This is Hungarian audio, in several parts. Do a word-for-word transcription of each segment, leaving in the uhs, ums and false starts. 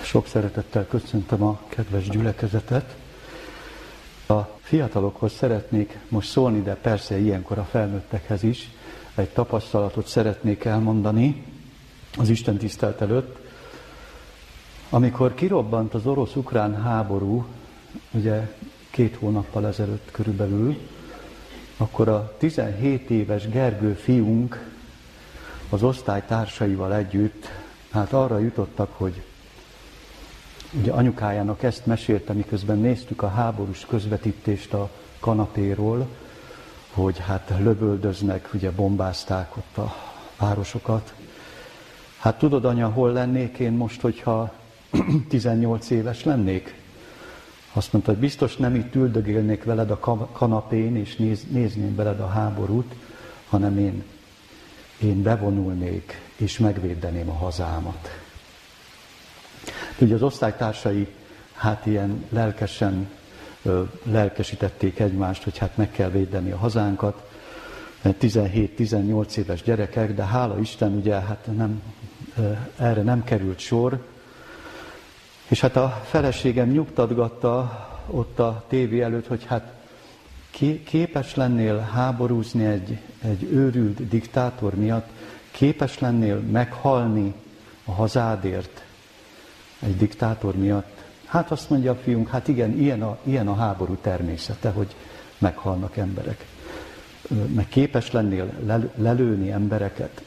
Sok szeretettel köszöntöm a kedves gyülekezetet. A fiatalokhoz szeretnék most szólni, de persze ilyenkor a felnőttekhez is. Egy tapasztalatot szeretnék elmondani az Isten tisztelt előtt. Amikor kirobbant az orosz-ukrán háború, ugye két hónappal ezelőtt körülbelül, akkor a tizenhét éves Gergő fiunk az osztálytársaival együtt hát arra jutottak, hogy ugye anyukájának ezt mesélte, miközben néztük a háborús közvetítést a kanapéról, hogy hát lövöldöznek, ugye bombázták ott a városokat. Hát tudod, anya, hol lennék én most, hogyha tizennyolc éves lennék? Azt mondta, hogy biztos nem itt üldögélnék veled a kanapén, és néz, nézném veled a háborút, hanem én, én bevonulnék, és megvédeném a hazámat. Ugye az osztálytársai hát ilyen lelkesen ö, lelkesítették egymást, hogy hát meg kell védeni a hazánkat. tizenhét-tizennyolc éves gyerekek, de hála Isten, ugye hát nem, ö, erre nem került sor. És hát a feleségem nyugtatgatta ott a tévé előtt, hogy hát képes lennél háborúzni egy, egy őrült diktátor miatt, képes lennél meghalni a hazádért egy diktátor miatt. Hát azt mondja a fiunk, hát igen, ilyen a, ilyen a háború természete, hogy meghalnak emberek. Meg képes lennél lelőni embereket.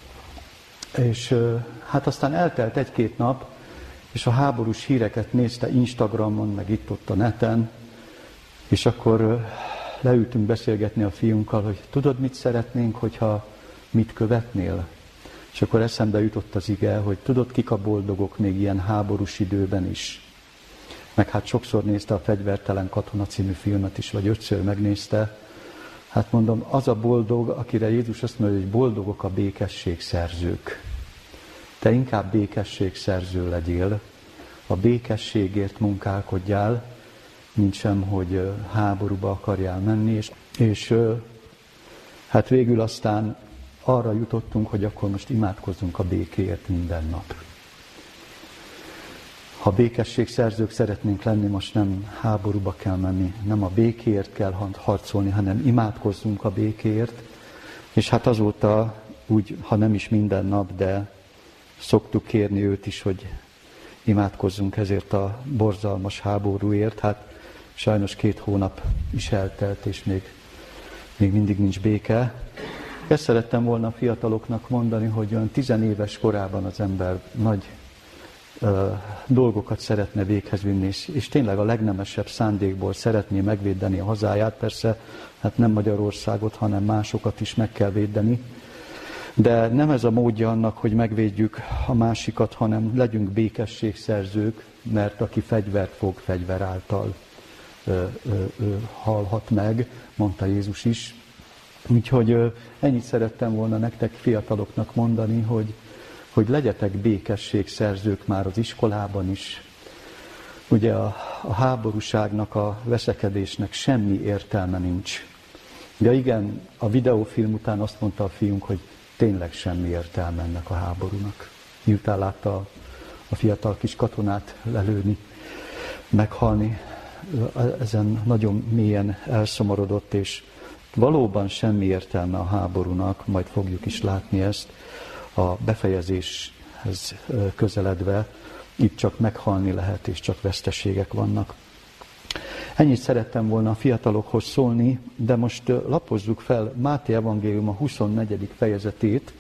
És hát aztán eltelt egy-két nap, és a háborús híreket nézte Instagramon, meg itt-ott a neten, és akkor leültünk beszélgetni a fiunkkal, hogy tudod, mit szeretnénk, hogyha mit követnél? És akkor eszembe jutott az ige, hogy tudod, kik a boldogok még ilyen háborús időben is. Meg hát sokszor nézte a Fegyvertelen katona című filmet is, vagy ötször megnézte. Hát mondom, az a boldog, akire Jézus azt mondja, hogy boldogok a békességszerzők. Te inkább békességszerző legyél, a békességért munkálkodjál, mint sem, hogy háborúba akarjál menni. És, és hát végül aztán arra jutottunk, hogy akkor most imádkozzunk a békéért minden nap. Ha békességszerzők szeretnénk lenni, most nem háborúba kell menni, nem a békéért kell harcolni, hanem imádkozzunk a békéért. És hát azóta úgy, ha nem is minden nap, de szoktuk kérni őt is, hogy imádkozzunk ezért a borzalmas háborúért. Hát sajnos két hónap is eltelt, és még, még mindig nincs béke. Ezt szerettem volna a fiataloknak mondani, hogy olyan tizenéves korában az ember nagy ö, dolgokat szeretne véghez vinni, és, és tényleg a legnemesebb szándékból szeretné megvédeni a hazáját. Persze, hát nem Magyarországot, hanem másokat is meg kell védeni. De nem ez a módja annak, hogy megvédjük a másikat, hanem legyünk békességszerzők, mert aki fegyvert fog, fegyver által ö, ö, ö, halhat meg, mondta Jézus is. Úgyhogy ö, ennyit szerettem volna nektek fiataloknak mondani, hogy, hogy legyetek békességszerzők már az iskolában is. Ugye a, a háborúságnak, a veszekedésnek semmi értelme nincs. Ja igen, a videófilm után azt mondta a fiunk, hogy tényleg semmi értelme ennek a háborúnak. Miután látta a, a fiatal kis katonát lelőni, meghalni, ezen nagyon mélyen elszomorodott, és valóban semmi értelme a háborúnak, majd fogjuk is látni ezt a befejezéshez közeledve. Itt csak meghalni lehet, és csak veszteségek vannak. Ennyit szerettem volna a fiatalokhoz szólni, de most lapozzuk fel Máté evangélium a huszonnegyedik fejezetét.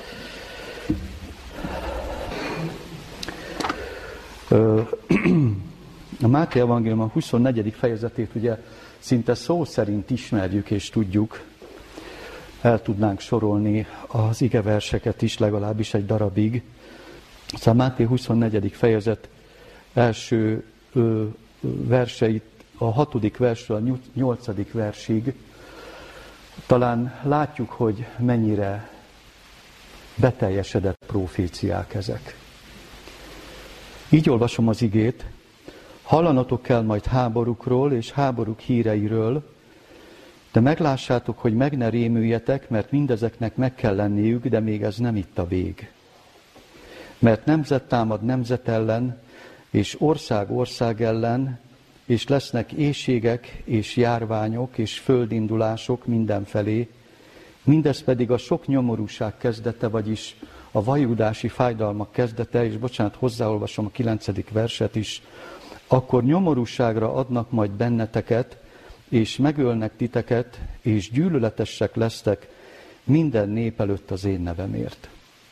A Máté evangélium a huszonnegyedik fejezetét ugye szinte szó szerint ismerjük és tudjuk. El tudnánk sorolni az igeverseket is legalábbis egy darabig. Szóval Máté huszonnegyedik fejezet első verseit, a hatodik versről a nyolcadik versig, talán látjuk, hogy mennyire beteljesedett proféciák ezek. Így olvasom az igét: hallanatok kell majd háborúkról és háborúk híreiről, de meglássátok, hogy meg ne rémüljetek, mert mindezeknek meg kell lenniük, de még ez nem itt a vég. Mert nemzet támad nemzet ellen, és ország ország ellen, és lesznek éhségek és járványok és földindulások mindenfelé, mindez pedig a sok nyomorúság kezdete, vagyis a vajudási fájdalmak kezdete, és bocsánat, hozzáolvasom a kilencedik verset is, akkor nyomorúságra adnak majd benneteket, és megölnek titeket, és gyűlöletesek lesztek minden nép előtt az én nevemért.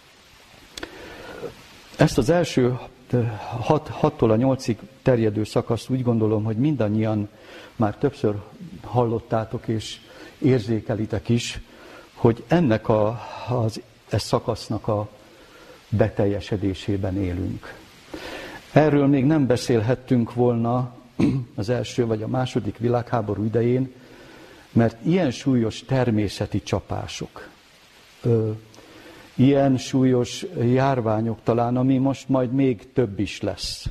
Ezt az első hat, hattól a nyolcig terjedő szakaszt úgy gondolom, hogy mindannyian már többször hallottátok és érzékelitek is, hogy ennek a, az e szakasznak a beteljesedésében élünk. Erről még nem beszélhettünk volna az első vagy a második világháború idején, mert ilyen súlyos természeti csapások, ö, ilyen súlyos járványok talán, ami most majd még több is lesz.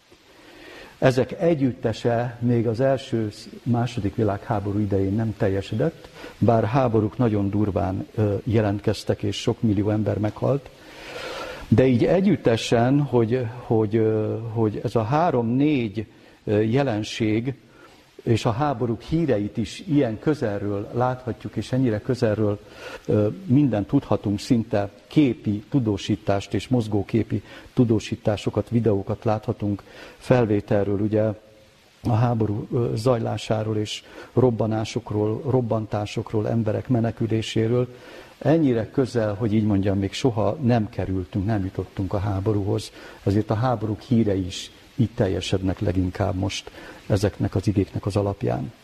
Ezek együttese még az első, második világháború idején nem teljesedett, bár háborúk nagyon durván ö, jelentkeztek, és sok millió ember meghalt, de így együttesen, hogy, hogy, hogy ez a három-négy jelenség, és a háborúk híreit is ilyen közelről láthatjuk, és ennyire közelről mindent tudhatunk, szinte képi tudósítást és mozgóképi tudósításokat, videókat láthatunk felvételről, ugye a háború zajlásáról és robbanásokról, robbantásokról, emberek meneküléséről. Ennyire közel, hogy így mondjam, még soha nem kerültünk, nem jutottunk a háborúhoz. Ezért a háborúk hírei is így teljesednek leginkább most ezeknek az igéknek az alapján.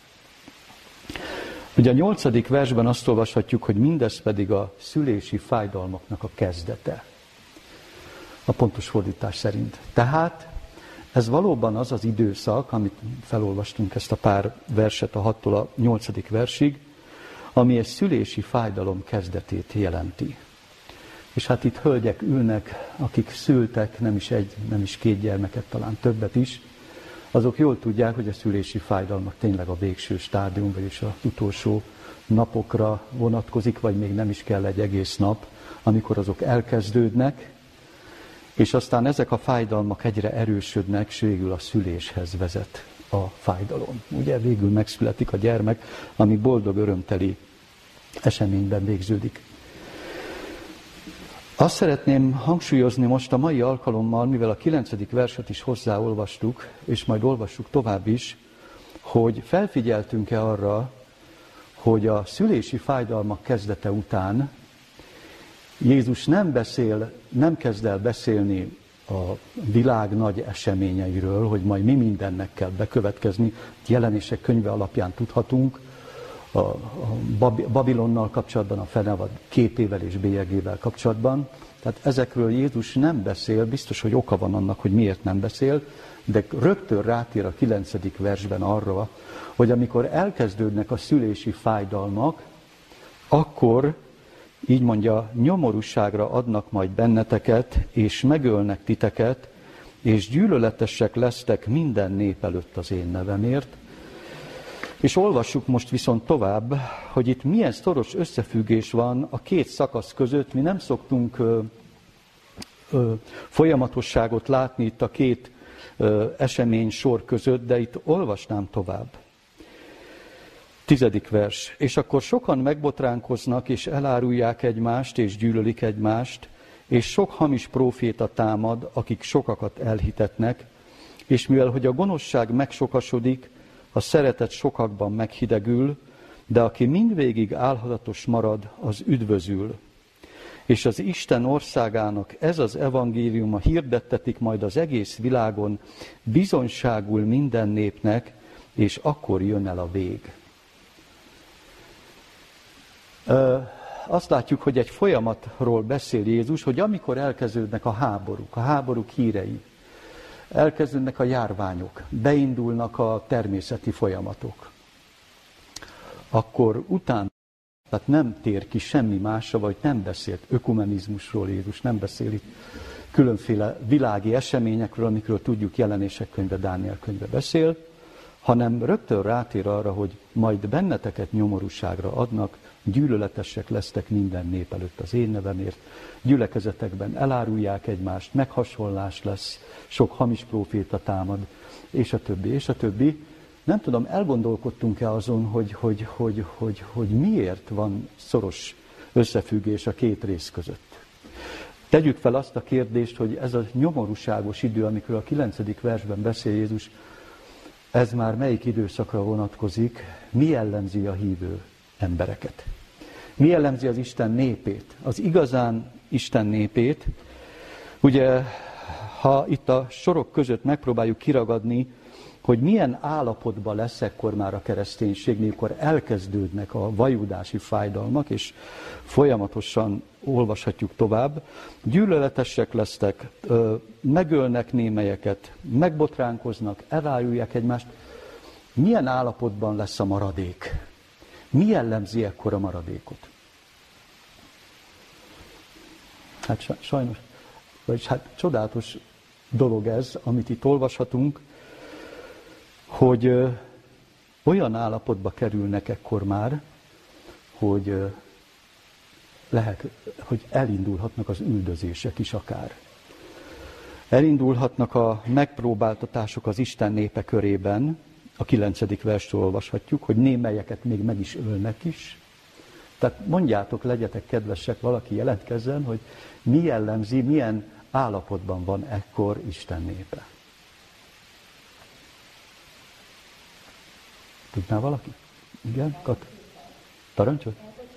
Ugye a nyolcadik versben azt olvashatjuk, hogy mindez pedig a szülési fájdalmaknak a kezdete. A pontos fordítás szerint. Tehát ez valóban az az időszak, amit felolvastunk ezt a pár verset a hattól a nyolcadik versig, ami egy szülési fájdalom kezdetét jelenti. És hát itt hölgyek ülnek, akik szültek, nem is egy, nem is két gyermeket, talán többet is, azok jól tudják, hogy a szülési fájdalmak tényleg a végső stádium, vagyis az utolsó napokra vonatkozik, vagy még nem is kell egy egész nap, amikor azok elkezdődnek, és aztán ezek a fájdalmak egyre erősödnek, és végül a szüléshez vezet a fájdalom. Ugye végül megszületik a gyermek, ami boldog, örömteli eseményben végződik. Azt szeretném hangsúlyozni most a mai alkalommal, mivel a kilencedik verset is hozzáolvastuk, és majd olvassuk tovább is, hogy felfigyeltünk-e arra, hogy a szülési fájdalmak kezdete után Jézus nem beszél, nem kezd el beszélni a világ nagy eseményeiről, hogy majd mi mindennek kell bekövetkezni. Jelenések könyve alapján tudhatunk, a Babilonnal kapcsolatban, a Fenevad képével és bélyegével kapcsolatban. Tehát ezekről Jézus nem beszél, biztos, hogy oka van annak, hogy miért nem beszél, de rögtön rátér a kilencedik versben arra, hogy amikor elkezdődnek a szülési fájdalmak, akkor, így mondja, nyomorúságra adnak majd benneteket, és megölnek titeket, és gyűlöletesek lesztek minden nép előtt az én nevemért. És olvassuk most viszont tovább, hogy itt milyen szoros összefüggés van a két szakasz között. Mi nem szoktunk ö, ö, folyamatosságot látni itt a két ö, esemény sor között, de itt olvasnám tovább. Tizedik vers. És akkor sokan megbotránkoznak, és elárulják egymást, és gyűlölik egymást, és sok hamis próféta támad, akik sokakat elhitetnek, és mivel, hogy a gonoszság megsokasodik, a szeretet sokakban meghidegül, de aki mindvégig álhatatos marad, az üdvözül. És az Isten országának ez az evangéliuma hirdettetik majd az egész világon, bizonyságul minden népnek, és akkor jön el a vég. Azt látjuk, hogy egy folyamatról beszél Jézus, hogy amikor elkezdődnek a háborúk, a háborúk hírei, elkezdődnek a járványok, beindulnak a természeti folyamatok, akkor utána, tehát nem tér ki semmi másra, vagy nem beszélt ökumenizmusról Jézus, nem beszél itt különféle világi eseményekről, amikről tudjuk, Jelenések könyve, Dániel könyve beszél, hanem rögtön rátér arra, hogy majd benneteket nyomorúságra adnak gyűlöletesek lesztek minden nép előtt az én nevemért, gyülekezetekben elárulják egymást, meghasonlás lesz, sok hamis próféta támad, és a többi, és a többi. Nem tudom, elgondolkodtunk-e azon, hogy, hogy, hogy, hogy, hogy miért van szoros összefüggés a két rész között. Tegyük fel azt a kérdést, hogy ez a nyomorúságos idő, amikor a kilencedik versben beszél Jézus, ez már melyik időszakra vonatkozik, mi jellemzi a hívő embereket? Mi jellemzi az Isten népét? Az igazán Isten népét. Ugye, ha itt a sorok között megpróbáljuk kiragadni, hogy milyen állapotban lesz ekkor már a kereszténység, mikor elkezdődnek a vajudási fájdalmak, és folyamatosan olvashatjuk tovább. Gyűlöletesek lesztek, megölnek némelyeket, megbotránkoznak, elárulják egymást. Milyen állapotban lesz a maradék? Mi jellemzi ekkor a maradékot? Hát sajnos, vagyis hát csodálatos dolog ez, amit itt olvashatunk, hogy ö, olyan állapotba kerülnek ekkor már, hogy ö, lehet, hogy elindulhatnak az üldözések is akár. Elindulhatnak a megpróbáltatások az Isten népe körében, a kilencedik verstől olvashatjuk, hogy némelyeket még meg is ölnek is. Tehát mondjátok, legyetek kedvesek, valaki jelentkezzen, hogy mi jellemzi, milyen állapotban van ekkor Isten népe. Tudná valaki? Igen? Kat? Tarancsol?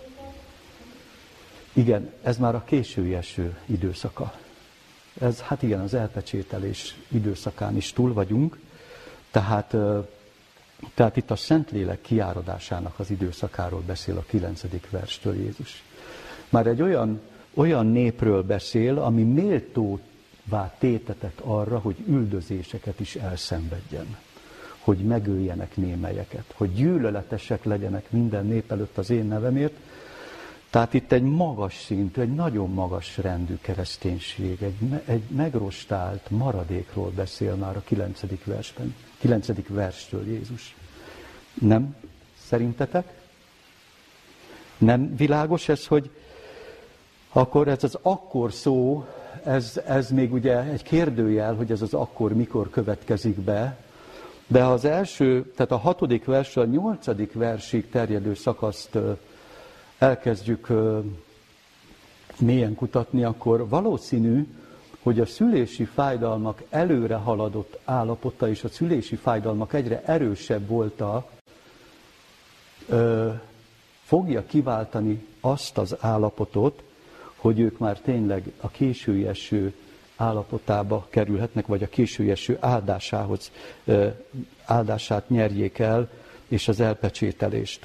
Igen, ez már a késői eső időszaka. Ez, hát igen, az elpecsételés időszakán is túl vagyunk, tehát, tehát itt a Szentlélek kiáradásának az időszakáról beszél a kilencedik verstől Jézus. Már egy olyan, olyan népről beszél, ami méltóvá tétetek arra, hogy üldözéseket is elszenvedjen, hogy megöljenek némelyeket, hogy gyűlöletesek legyenek minden nép előtt az én nevemért. Tehát itt egy magas szintű, egy nagyon magas rendű kereszténység, egy, egy megrostált maradékról beszél már a kilencedik versben, kilencedik verstől Jézus. Nem? Szerintetek? Nem világos ez, hogy akkor ez az akkor szó, ez, ez még ugye egy kérdőjel, hogy ez az akkor mikor következik be, de ha az első, tehát a hatodik versről a nyolcadik versig terjedő szakaszt elkezdjük mélyen kutatni, akkor valószínű, hogy a szülési fájdalmak előre haladott állapota és a szülési fájdalmak egyre erősebb volta, fogja kiváltani azt az állapotot, hogy ők már tényleg a késői eső állapotába kerülhetnek, vagy a késői eső áldásához, áldását nyerjék el, és az elpecsételést.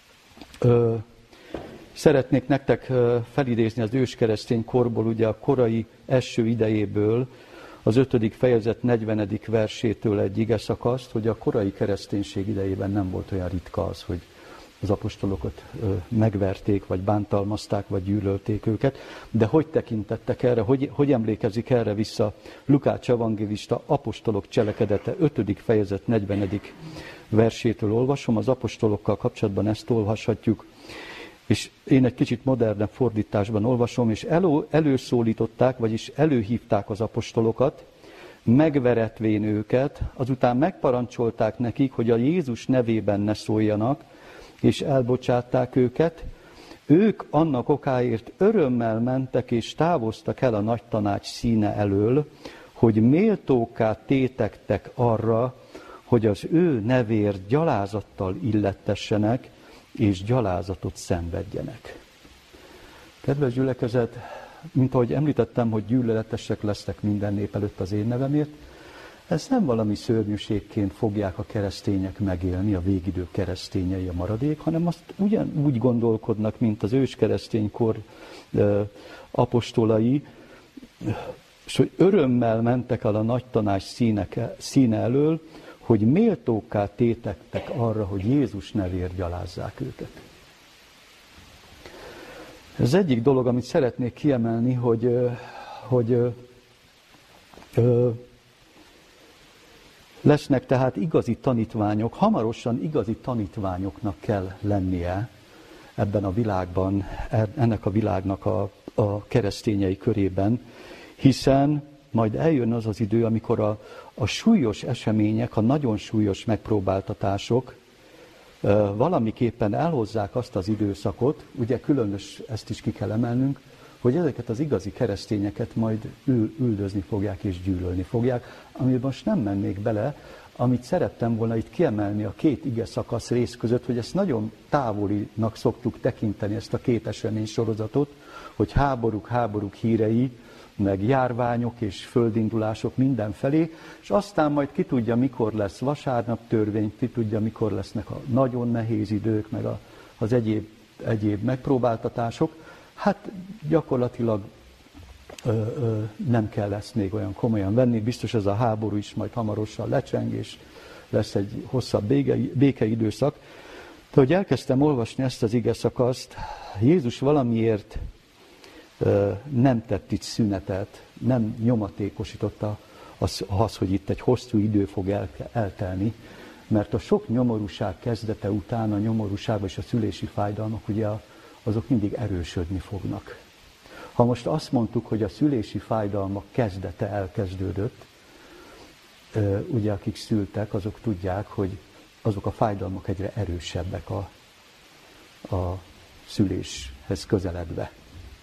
Szeretnék nektek felidézni az őskeresztény korból, ugye a korai eső idejéből, az ötödik fejezet negyvenedik versétől egy ige szakaszt, hogy a korai kereszténység idejében nem volt olyan ritka az, hogy az apostolokat megverték, vagy bántalmazták, vagy gyűlölték őket. De hogy tekintettek erre, hogy, hogy emlékezik erre vissza Lukács evangélista apostolok cselekedete ötödik fejezet negyvenedik versétől olvasom, az apostolokkal kapcsolatban ezt olvashatjuk. És én egy kicsit modernebb fordításban olvasom, és elő, előszólították, vagyis előhívták az apostolokat, megveretvén őket, azután megparancsolták nekik, hogy a Jézus nevében ne szóljanak, és elbocsátták őket. Ők annak okáért örömmel mentek, és távoztak el a nagy tanács színe elől, hogy méltókká tétektek arra, hogy az ő nevért gyalázattal illettessenek, és gyalázatot szenvedjenek. Kedves gyülekezet, mint ahogy említettem, hogy gyűlöletesek lesznek minden nép előtt az én nevemért, ez nem valami szörnyűségként fogják a keresztények megélni, a végidő keresztényei, a maradék, hanem azt ugyanúgy gondolkodnak, mint az őskereszténykor apostolai, és hogy örömmel mentek el a nagy tanács színeke, színe elől, hogy méltókká tétektek arra, hogy Jézus nevért gyalázzák őket. Ez egyik dolog, amit szeretnék kiemelni, hogy, hogy ö, ö, lesznek tehát igazi tanítványok, hamarosan igazi tanítványoknak kell lennie ebben a világban, ennek a világnak a, a keresztényei körében, hiszen majd eljön az az idő, amikor a, a súlyos események, a nagyon súlyos megpróbáltatások valamiképpen elhozzák azt az időszakot, ugye különös, ezt is ki kell emelnünk, hogy ezeket az igazi keresztényeket majd üldözni fogják és gyűlölni fogják, amiben most nem mennék bele, amit szerettem volna itt kiemelni a két ige szakasz rész között, hogy ezt nagyon távolinak szoktuk tekinteni, ezt a két esemény sorozatot, hogy háborúk, háborúk hírei, meg járványok és földindulások mindenfelé, és aztán majd ki tudja, mikor lesz vasárnap törvény, ki tudja, mikor lesznek a nagyon nehéz idők, meg a, az egyéb, egyéb megpróbáltatások. Hát gyakorlatilag ö, ö, nem kell ezt még olyan komolyan venni, biztos ez a háború is majd hamarosan lecseng, és lesz egy hosszabb béke, békeidőszak. De hogy elkezdtem olvasni ezt az ige szakaszt, Jézus valamiért ö, nem tett itt szünetet, nem nyomatékosította az, az, hogy itt egy hosszú idő fog el, eltelni, mert a sok nyomorúság kezdete után, a nyomorúság és a szülési fájdalmak, ugye a azok mindig erősödni fognak. Ha most azt mondtuk, hogy a szülési fájdalmak kezdete elkezdődött, ugye akik szültek, azok tudják, hogy azok a fájdalmak egyre erősebbek a, a szüléshez közeledve.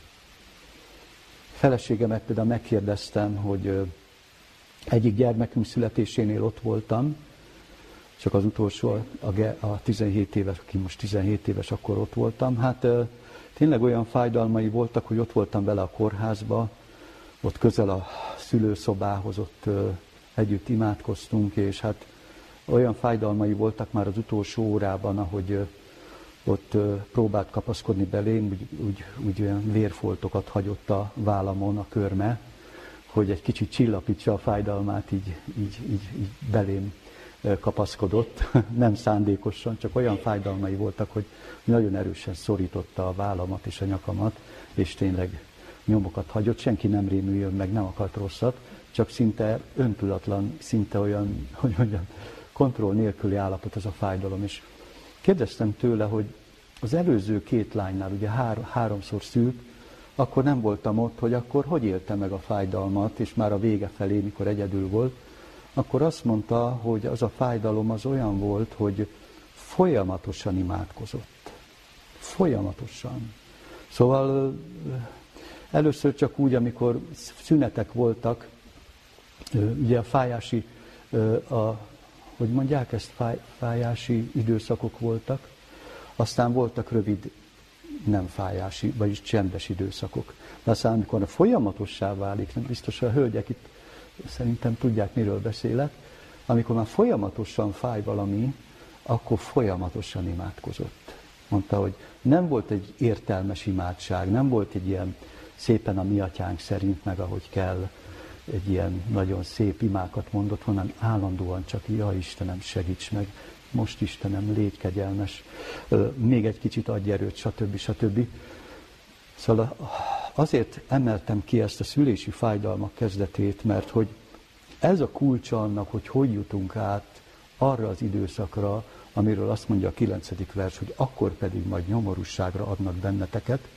Feleségemet például megkérdeztem, hogy egyik gyermekünk születésénél ott voltam, csak az utolsó, a tizenhét éves, aki most tizenhét éves, akkor ott voltam. Hát tényleg olyan fájdalmai voltak, hogy ott voltam vele a kórházba, ott közel a szülőszobához, ott együtt imádkoztunk, és hát olyan fájdalmai voltak már az utolsó órában, ahogy ott próbált kapaszkodni belém, úgy, úgy, úgy olyan vérfoltokat hagyott a vállamon a körme, hogy egy kicsit csillapítsa a fájdalmát, így, így, így, így belém kapaszkodott, nem szándékosan, csak olyan fájdalmai voltak, hogy nagyon erősen szorította a vállamat és a nyakamat, és tényleg nyomokat hagyott, senki nem rémüljön meg, nem akart rosszat, csak szinte öntudatlan, szinte olyan, hogy mondjam, kontroll nélküli állapot ez a fájdalom. És kérdeztem tőle, hogy az előző két lánynál, ugye hár, háromszor szült, akkor nem voltam ott, hogy akkor hogy élte meg a fájdalmat, és már a vége felé, mikor egyedül volt, akkor azt mondta, hogy az a fájdalom az olyan volt, hogy folyamatosan imádkozott. Folyamatosan. Szóval először csak úgy, amikor szünetek voltak, ugye a fájási, a, hogy mondják ezt, fáj, fájási időszakok voltak, aztán voltak rövid, nem fájási, vagyis csendes időszakok. De aztán, amikor folyamatossá válik, nem biztos, a hölgyek itt szerintem tudják, miről beszélek, amikor már folyamatosan fáj valami, akkor folyamatosan imádkozott. Mondta, hogy nem volt egy értelmes imádság, nem volt egy ilyen szépen a mi atyánk szerint, meg ahogy kell, egy ilyen nagyon szép imákat mondott, hanem állandóan csak, ja Istenem, segíts meg, most Istenem, légy kegyelmes, még egy kicsit adj erőt, stb. stb. Szóval azért emeltem ki ezt a szülési fájdalmak kezdetét, mert hogy ez a kulcsa annak, hogy hogy jutunk át arra az időszakra, amiről azt mondja a kilencedik vers, hogy akkor pedig majd nyomorúságra adnak benneteket,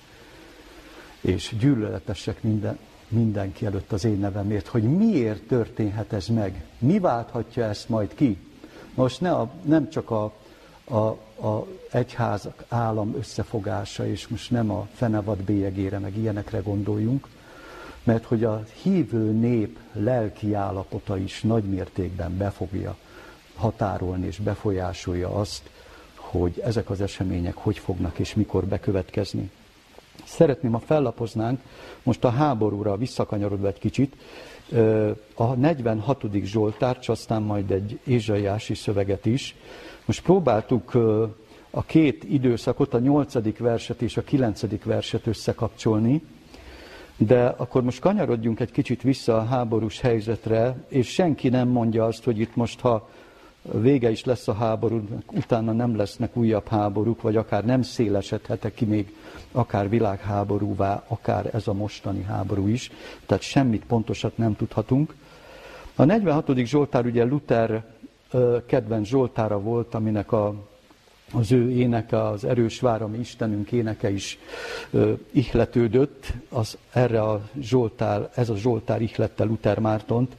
és gyűlöletesek minden, mindenki előtt az én nevemért, hogy miért történhet ez meg, mi válthatja ezt majd ki. Most ne a, nem csak a, a, a egyház állam összefogása, és most nem a fenevad bélyegére, meg ilyenekre gondoljunk, mert hogy a hívő nép lelki állapota is nagy mértékben be fogja határolni és befolyásolja azt, hogy ezek az események hogy fognak és mikor bekövetkezni. Szeretném, ha fellapoznánk most a háborúra visszakanyarodva egy kicsit, a negyvenhatodik Zsoltárt, aztán majd egy ézsaiási szöveget is. Most próbáltuk a két időszakot, a nyolcadik verset és a kilencedik verset összekapcsolni, de akkor most kanyarodjunk egy kicsit vissza a háborús helyzetre, és senki nem mondja azt, hogy itt most, ha vége is lesz a háború, utána nem lesznek újabb háborúk, vagy akár nem szélesedhet ki még akár világháborúvá, akár ez a mostani háború is, tehát semmit pontosat nem tudhatunk. A negyvenhatodik Zsoltár ugye Luther kedvenc zsoltára volt, aminek a az ő éneke, az erős vár, ami Istenünk éneke is ö, ihletődött, az erre a Zsoltár, ez a Zsoltár ihlette Luther Mártont.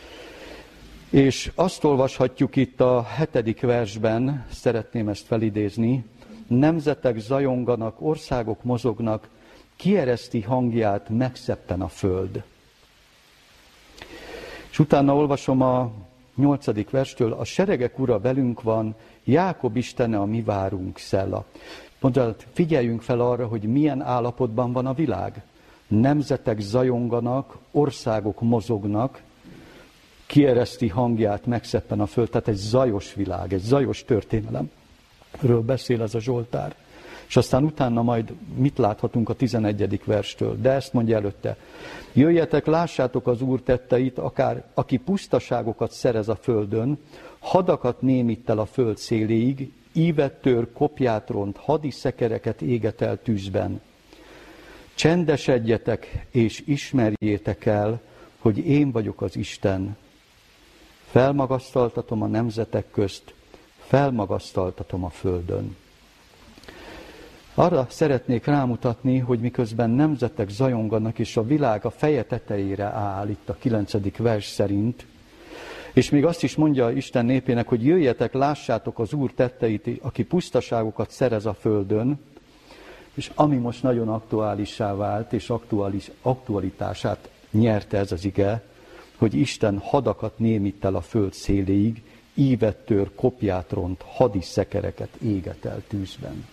És azt olvashatjuk itt a hetedik versben, szeretném ezt felidézni, nemzetek zajonganak, országok mozognak, kiereszti hangját megszeppen a föld. És utána olvasom a nyolcadik verstől, a seregek ura velünk van, Jákob Istene a mi várunk szella. Mondja, figyeljünk fel arra, hogy milyen állapotban van a világ. Nemzetek zajonganak, országok mozognak, kiereszti hangját megszeppen a föld. Tehát egy zajos világ, egy zajos történelemről beszél ez a Zsoltár. És aztán utána majd mit láthatunk a tizenegyedik verstől, de ezt mondja előtte. Jöjjetek, lássátok az Úr tetteit, akár aki pusztaságokat szerez a földön, hadakat némít el a föld széléig, ívet tör, kopját ront, hadi szekereket éget el tűzben. Csendesedjetek és ismerjétek el, hogy én vagyok az Isten. Felmagasztaltatom a nemzetek közt, felmagasztaltatom a földön. Arra szeretnék rámutatni, hogy miközben nemzetek zajonganak, és a világ a feje tetejére áll, itt a kilencedik vers szerint, és még azt is mondja Isten népének, hogy jöjjetek, lássátok az Úr tetteit, aki pusztaságokat szerez a földön, és ami most nagyon aktuálissá vált, és aktuális, aktualitását nyerte ez az ige, hogy Isten hadakat némít el a föld széléig, ívet tör, kopját ront, hadi szekereket éget el tűzben.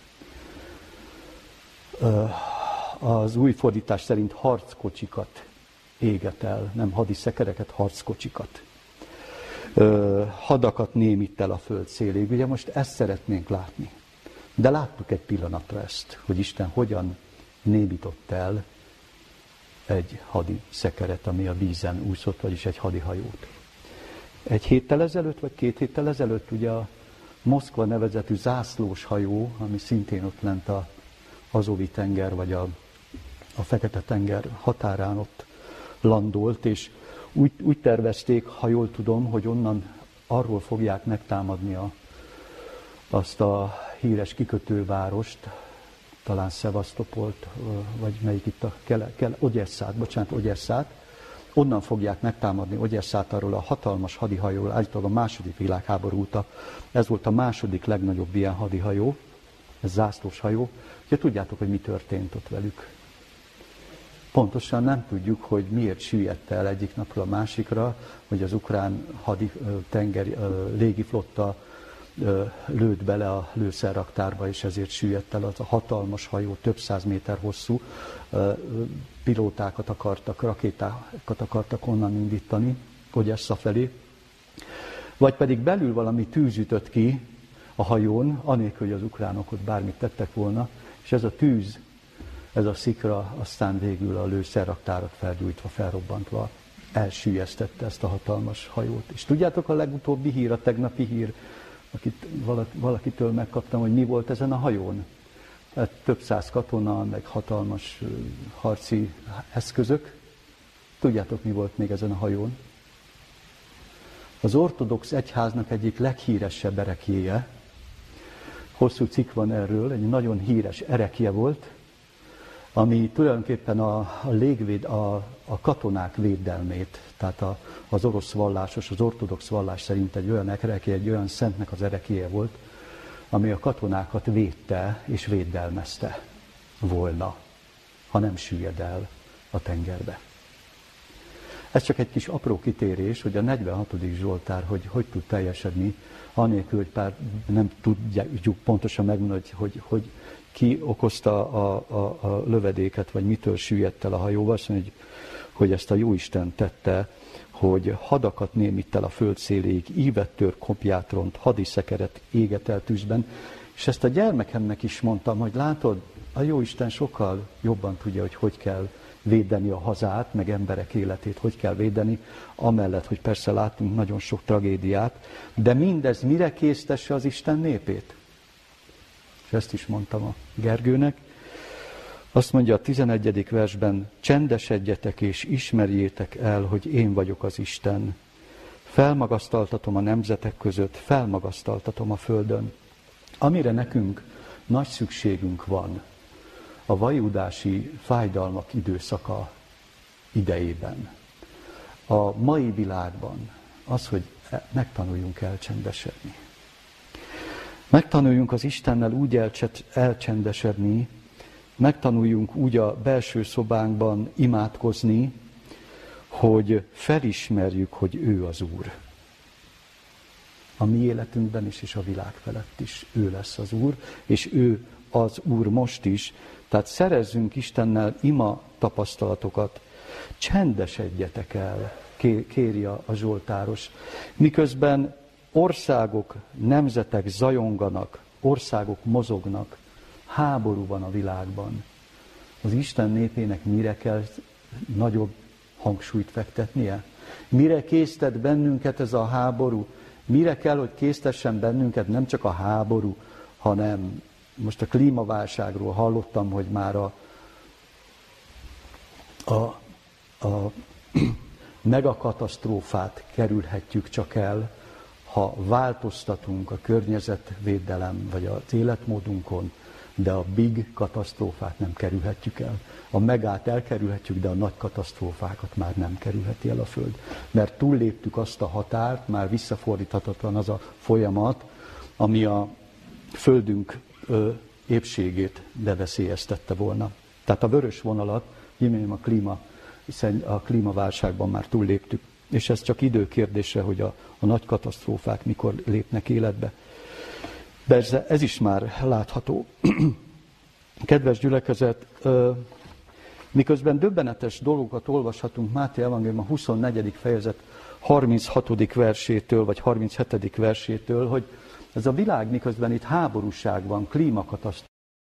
Az új fordítás szerint harckocsikat éget el, nem hadi szekereket, harckocsikat. Hadakat némít el a föld széléig. Ugye most ezt szeretnénk látni. De láttuk egy pillanatra ezt, hogy Isten hogyan némított el egy hadi szekeret, ami a vízen úszott, vagyis egy hadihajót. Egy héttel ezelőtt, vagy két héttel ezelőtt ugye a Moszkva nevezetű zászlós hajó, ami szintén ott lent a Azovi tenger, vagy a, a Fekete-tenger határán ott landolt, és úgy, úgy tervezték, ha jól tudom, hogy onnan arról fogják megtámadni a, azt a híres kikötővárost, talán Szevasztopolt, vagy melyik itt a Kele, Kele, Ogyesszát, bocsánat, Ogyesszát, onnan fogják megtámadni Ogyesszát arról a hatalmas hadihajóról, állítólag a második világháború óta. Ez volt a második legnagyobb ilyen hadihajó, ez zászlós hajó. Ugye tudjátok, hogy mi történt ott velük. Pontosan nem tudjuk, hogy miért süllyedt el egyik napról a másikra, hogy az ukrán hadi, tengeri, légiflotta lőtt bele a lőszerraktárba, és ezért süllyedt el az a hatalmas hajó, több száz méter hosszú. Pilótákat akartak, rakétákat akartak onnan indítani, Ogyessa felé. Vagy pedig belül valami tűz ütött ki a hajón, anélkül, hogy az ukránok ott bármit tettek volna, és ez a tűz, ez a szikra aztán végül a lőszerraktárat felgyújtva, felrobbantva elsüllyesztette ezt a hatalmas hajót. És tudjátok a legutóbbi hír, a tegnapi hír, akit valakitől megkaptam, hogy mi volt ezen a hajón? Hát több száz katona, meg hatalmas harci eszközök. Tudjátok, mi volt még ezen a hajón? Az ortodox egyháznak egyik leghíresebb ereklyéje, hosszú cikk van erről, egy nagyon híres erekje volt, ami tulajdonképpen a, a légvéd, a, a katonák védelmét, tehát a, az orosz vallásos, az ortodox vallás szerint egy olyan erekje, egy olyan szentnek az ereklyéje volt, ami a katonákat védte és védelmezte volna, ha nem süllyed el a tengerbe. Ez csak egy kis apró kitérés, hogy a negyvenhatodik Zsoltár hogy, hogy tud teljesedni, anélkül, hogy pár nem tudjuk pontosan megmondani, hogy, hogy, hogy ki okozta a, a, a lövedéket, vagy mitől süllyedt el a hajóval. Azt mondja, hogy, hogy ezt a Jóisten tette, hogy hadakat némít el a föld széléig, ívet tör, kopját ront, hadiszekeret éget el tűzben. És ezt a gyermekemnek is mondtam, hogy látod, a Jóisten sokkal jobban tudja, hogy hogy kell védeni a hazát, meg emberek életét, hogy kell védeni, amellett, hogy persze látunk nagyon sok tragédiát, de mindez mire késztesse az Isten népét? És ezt is mondtam a Gergőnek. Azt mondja a tizenegyedik versben, csendesedjetek és ismerjétek el, hogy én vagyok az Isten. Felmagasztaltatom a nemzetek között, felmagasztaltatom a földön. Amire nekünk nagy szükségünk van a vajúdási fájdalmak időszaka idejében, a mai világban, az, hogy megtanuljunk elcsendesedni. Megtanuljunk az Istennel úgy elcsendesedni, megtanuljunk úgy a belső szobánkban imádkozni, hogy felismerjük, hogy ő az Úr. A mi életünkben is, és a világ felett is ő lesz az Úr, és ő az Úr most is. Tehát szerezzünk Istennel ima tapasztalatokat, csendesedjetek el, kéri a Zsoltáros. Miközben országok, nemzetek zajonganak, országok mozognak, háború van a világban. Az Isten népének mire kell nagyobb hangsúlyt fektetnie? Mire késztet bennünket ez a háború? Mire kell, hogy késztessen bennünket nem csak a háború, hanem most a klímaválságról hallottam, hogy már a, a, a megakatasztrófát kerülhetjük csak el, ha változtatunk a környezetvédelem vagy az életmódunkon, de a big katasztrófát nem kerülhetjük el. A megát elkerülhetjük, de a nagy katasztrófákat már nem kerülheti el a Föld. Mert túlléptük azt a határt, már visszafordíthatatlan az a folyamat, ami a Földünk ö, épségét beveszélyeztette volna. Tehát a vörös vonalat, imént a klíma, hiszen a klímaválságban már túlléptük. És ez csak időkérdése, hogy a, a nagy katasztrófák mikor lépnek életbe. Persze ez is már látható. Kedves gyülekezet, miközben döbbenetes dolgokat olvashatunk Máté evangélium a huszonnegyedik fejezet harminchatodik versétől, vagy harminchetedik versétől, hogy ez a világ miközben itt háborúság van, klímakatasztrófa,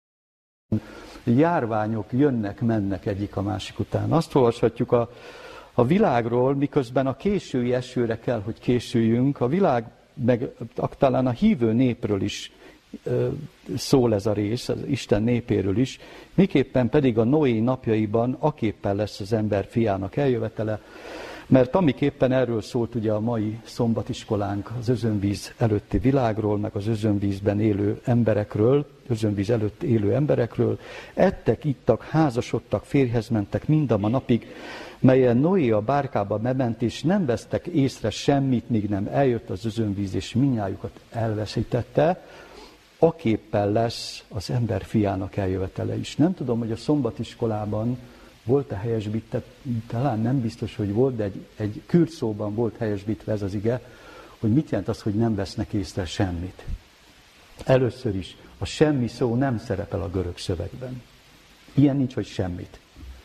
járványok jönnek, mennek egyik a másik után. Azt olvashatjuk a, a világról, miközben a késői esőre kell, hogy készüljünk, a világ, meg talán a hívő népről is szól ez a rész, az Isten népéről is, miképpen pedig a Noé napjaiban aképpen lesz az ember fiának eljövetele, mert amiképpen erről szólt ugye a mai szombatiskolánk az özönvíz előtti világról, meg az özönvízben élő emberekről, özönvíz előtt élő emberekről, ettek, ittak, házasodtak, férjhez mentek mindam a napig, melyen Noé a bárkába bement, és nem vesztek észre semmit, míg nem eljött az özönvíz, és minnyájukat elveszítette, aképpen lesz az ember fiának eljövetele is. Nem tudom, hogy a szombatiskolában volt-e helyesbítve, talán nem biztos, hogy volt, de egy, egy kürtszóban volt helyesbítve ez az ige, hogy mit jelent az, hogy nem vesznek észre semmit. Először is, a semmi szó nem szerepel a görög szövegben. Ilyen nincs, hogy semmit.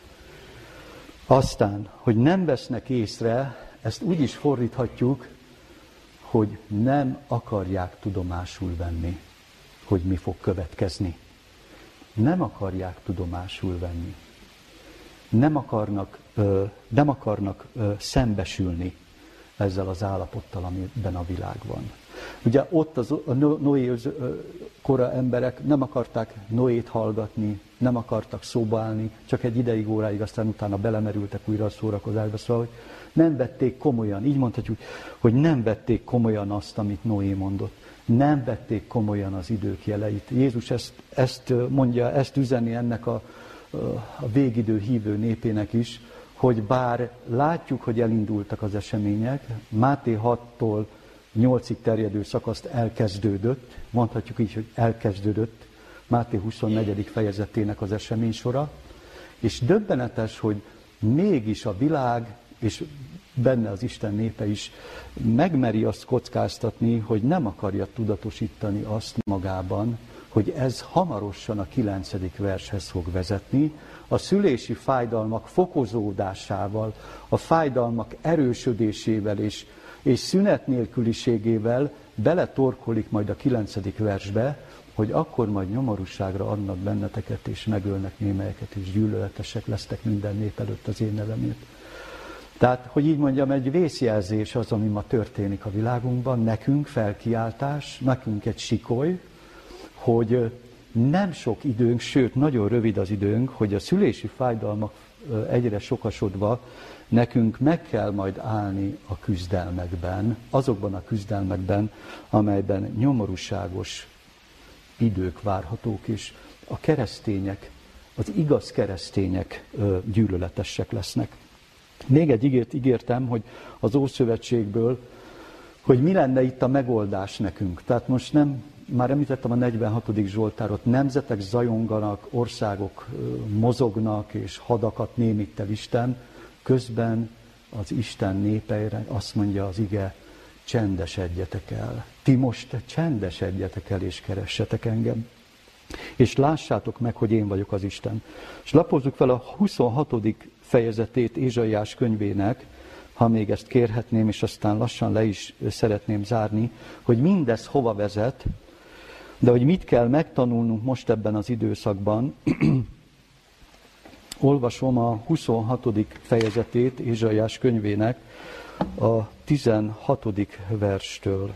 Aztán, hogy nem vesznek észre, ezt úgy is fordíthatjuk, hogy nem akarják tudomásul venni, hogy mi fog következni. Nem akarják tudomásul venni. Nem akarnak, nem akarnak szembesülni ezzel az állapottal, amiben a világ van. Ugye ott az, a Noé kora emberek nem akarták Noét hallgatni, nem akartak szóba állni, csak egy ideig, óráig, aztán utána belemerültek újra a szórakozásba, szóval hogy nem vették komolyan, így mondhatjuk, hogy nem vették komolyan azt, amit Noé mondott. Nem vették komolyan az idők jeleit. Jézus ezt, ezt mondja, ezt üzeni ennek a, a végidő hívő népének is, hogy bár látjuk, hogy elindultak az események, Máté hattól nyolcig terjedő szakaszt elkezdődött, mondhatjuk így, hogy elkezdődött Máté huszonnegyedik fejezetének az esemény sora, és döbbenetes, hogy mégis a világ, és benne az Isten népe is megmeri azt kockáztatni, hogy nem akarja tudatosítani azt magában, hogy ez hamarosan a kilencedik vershez fog vezetni, a szülési fájdalmak fokozódásával, a fájdalmak erősödésével és, és szünet nélküliségével beletorkolik majd a kilencedik versbe, hogy akkor majd nyomorúságra adnak benneteket, és megölnek némelyeket, és gyűlöletesek lesztek minden nép előtt az én nevemért. Tehát, hogy így mondjam, egy vészjelzés az, ami ma történik a világunkban, nekünk felkiáltás, nekünk egy sikoly, hogy nem sok időnk, sőt, nagyon rövid az időnk, hogy a szülési fájdalmak egyre sokasodva nekünk meg kell majd állni a küzdelmekben, azokban a küzdelmekben, amelyben nyomorúságos idők várhatók, és a keresztények, az igaz keresztények gyűlöletesek lesznek. Még egy ígért ígértem, hogy az Ószövetségből, hogy mi lenne itt a megoldás nekünk. Tehát most nem, már említettem a negyvenhatodik Zsoltárot, nemzetek zajonganak, országok mozognak, és hadakat némít el Isten, közben az Isten népeire azt mondja az ige, csendesedjetek el. Ti most csendesedjetek el, és keressetek engem. És lássátok meg, hogy én vagyok az Isten. És lapozzuk fel a huszonhatodik fejezetét Ézsaiás könyvének, ha még ezt kérhetném, és aztán lassan le is szeretném zárni, hogy mindez hova vezet, de hogy mit kell megtanulnunk most ebben az időszakban. Olvasom a huszonhatodik fejezetét Ézsaiás könyvének a tizenhatodik verstől.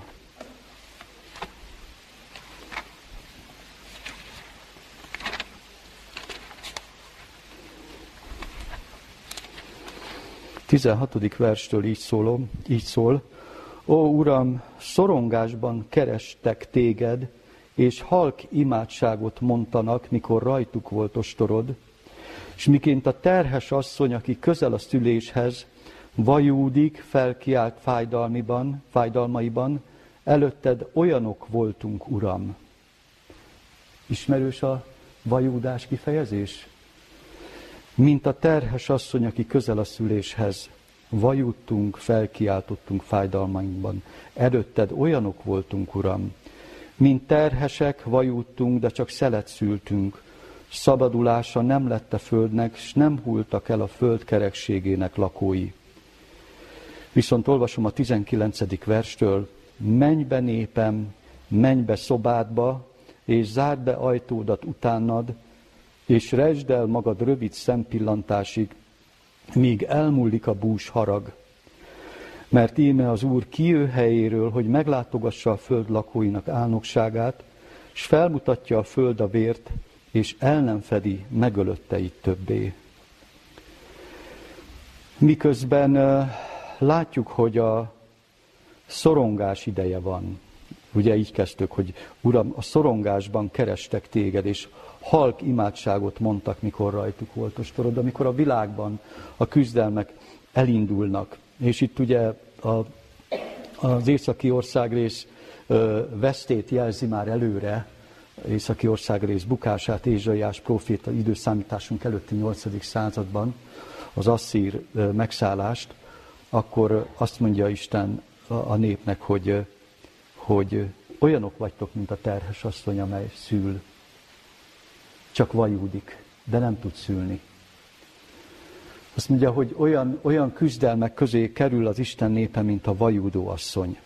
tizenhatodik verstől így, szólom, így szól, ó Uram, szorongásban kerestek téged, és halk imádságot mondtanak, mikor rajtuk volt ostorod, és miként a terhes asszony, aki közel a szüléshez, vajúdik, felkiált fájdalmiban, fájdalmaiban, előtted olyanok voltunk, Uram. Ismerős a vajúdás kifejezés? Mint a terhes asszony, aki közel a szüléshez, vajúdtunk, felkiáltottunk fájdalmainkban. Előtted olyanok voltunk, Uram. Mint terhesek, vajúdtunk, de csak szelet szültünk. Szabadulása nem lett a földnek, s nem hultak el a föld kerekségének lakói. Viszont olvasom a tizenkilencedik verstől, menj be népem, menj be szobádba, és zárd be ajtódat utánad, és rejtsd el magad rövid szempillantásig, míg elmúlik a bús harag. Mert íme az Úr kijő helyéről, hogy meglátogassa a föld lakóinak álnokságát, s felmutatja a föld a vért, és el nem fedi megölötteit többé. Miközben uh, látjuk, hogy a szorongás ideje van. Ugye így kezdtük, hogy Uram, a szorongásban kerestek téged, és halk imádságot mondtak, mikor rajtuk volt ostorod, amikor a világban a küzdelmek elindulnak. És itt ugye a, az északi országrész ö, vesztét jelzi már előre, északi országrész bukását, Ézsaiás próféta időszámításunk előtti nyolcadik században, az asszír ö, megszállást, akkor azt mondja Isten a, a népnek, hogy, hogy olyanok vagytok, mint a terhes asszony, amely szül. Csak vajúdik, de nem tud szülni. Azt mondja, hogy olyan, olyan küzdelmek közé kerül az Isten népe, mint a vajúdó asszony.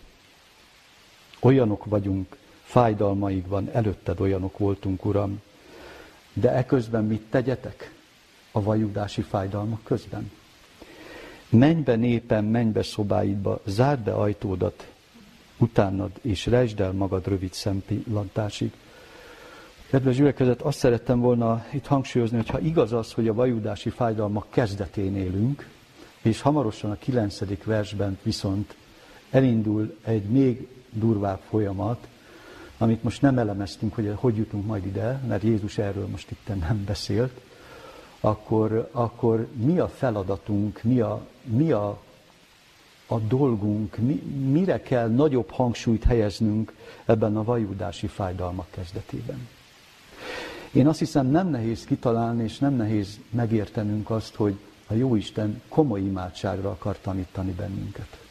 Olyanok vagyunk, fájdalmaikban, előtted olyanok voltunk, Uram. De eközben mit tegyetek a vajúdási fájdalmak közben? Menj be népem, menj be szobáidba, zárd be ajtódat utánad, és rejtsd el magad rövid szempillantásig. Kedves gyülekezet, azt szerettem volna itt hangsúlyozni, hogy ha igaz az, hogy a vajúdási fájdalmak kezdetén élünk, és hamarosan a kilencedik versben viszont elindul egy még durvább folyamat, amit most nem elemeztünk, hogy hogy jutunk majd ide, mert Jézus erről most itt nem beszélt, akkor, akkor mi a feladatunk, mi a, mi a, a dolgunk, mi, mire kell nagyobb hangsúlyt helyeznünk ebben a vajúdási fájdalmak kezdetében. Én azt hiszem, nem nehéz kitalálni, és nem nehéz megértenünk azt, hogy a Jóisten komoly imádságra akar tanítani bennünket.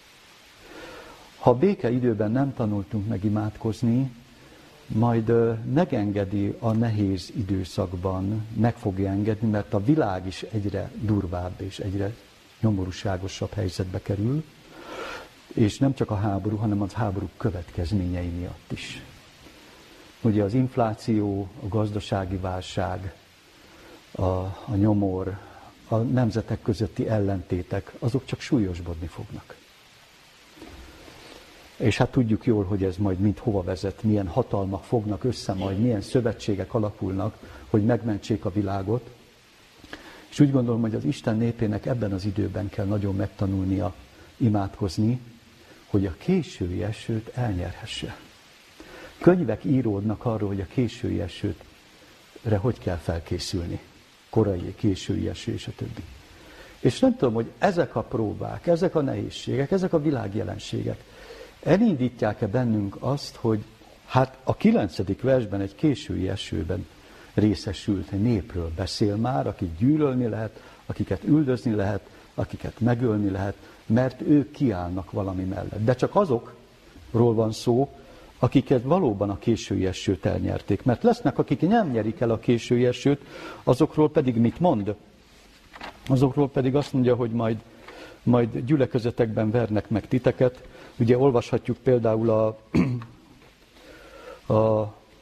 Ha béke időben nem tanultunk meg imádkozni, majd megengedi a nehéz időszakban, meg fogja engedni, mert a világ is egyre durvább és egyre nyomorúságosabb helyzetbe kerül, és nem csak a háború, hanem az háború következményei miatt is. Ugye az infláció, a gazdasági válság, a, a nyomor, a nemzetek közötti ellentétek, azok csak súlyosbodni fognak. És hát tudjuk jól, hogy ez majd mind hova vezet, milyen hatalmak fognak össze majd, milyen szövetségek alakulnak, hogy megmentsék a világot. És úgy gondolom, hogy az Isten népének ebben az időben kell nagyon megtanulnia imádkozni, hogy a késői esőt elnyerhesse. Könyvek íródnak arról, hogy a késői esőre hogy kell felkészülni. Korai, késői eső és a többi. És nem tudom, hogy ezek a próbák, ezek a nehézségek, ezek a világjelenségek elindítják-e bennünk azt, hogy hát a kilencedik versben egy késői esőben részesült egy népről beszél már, akit gyűlölni lehet, akiket üldözni lehet, akiket megölni lehet, mert ők kiállnak valami mellett. De csak azokról van szó, akiket valóban a késői esőt elnyerték. Mert lesznek, akik nem nyerik el a késői esőt, azokról pedig mit mond? Azokról pedig azt mondja, hogy majd, majd gyülekezetekben vernek meg titeket. Ugye olvashatjuk például a, a,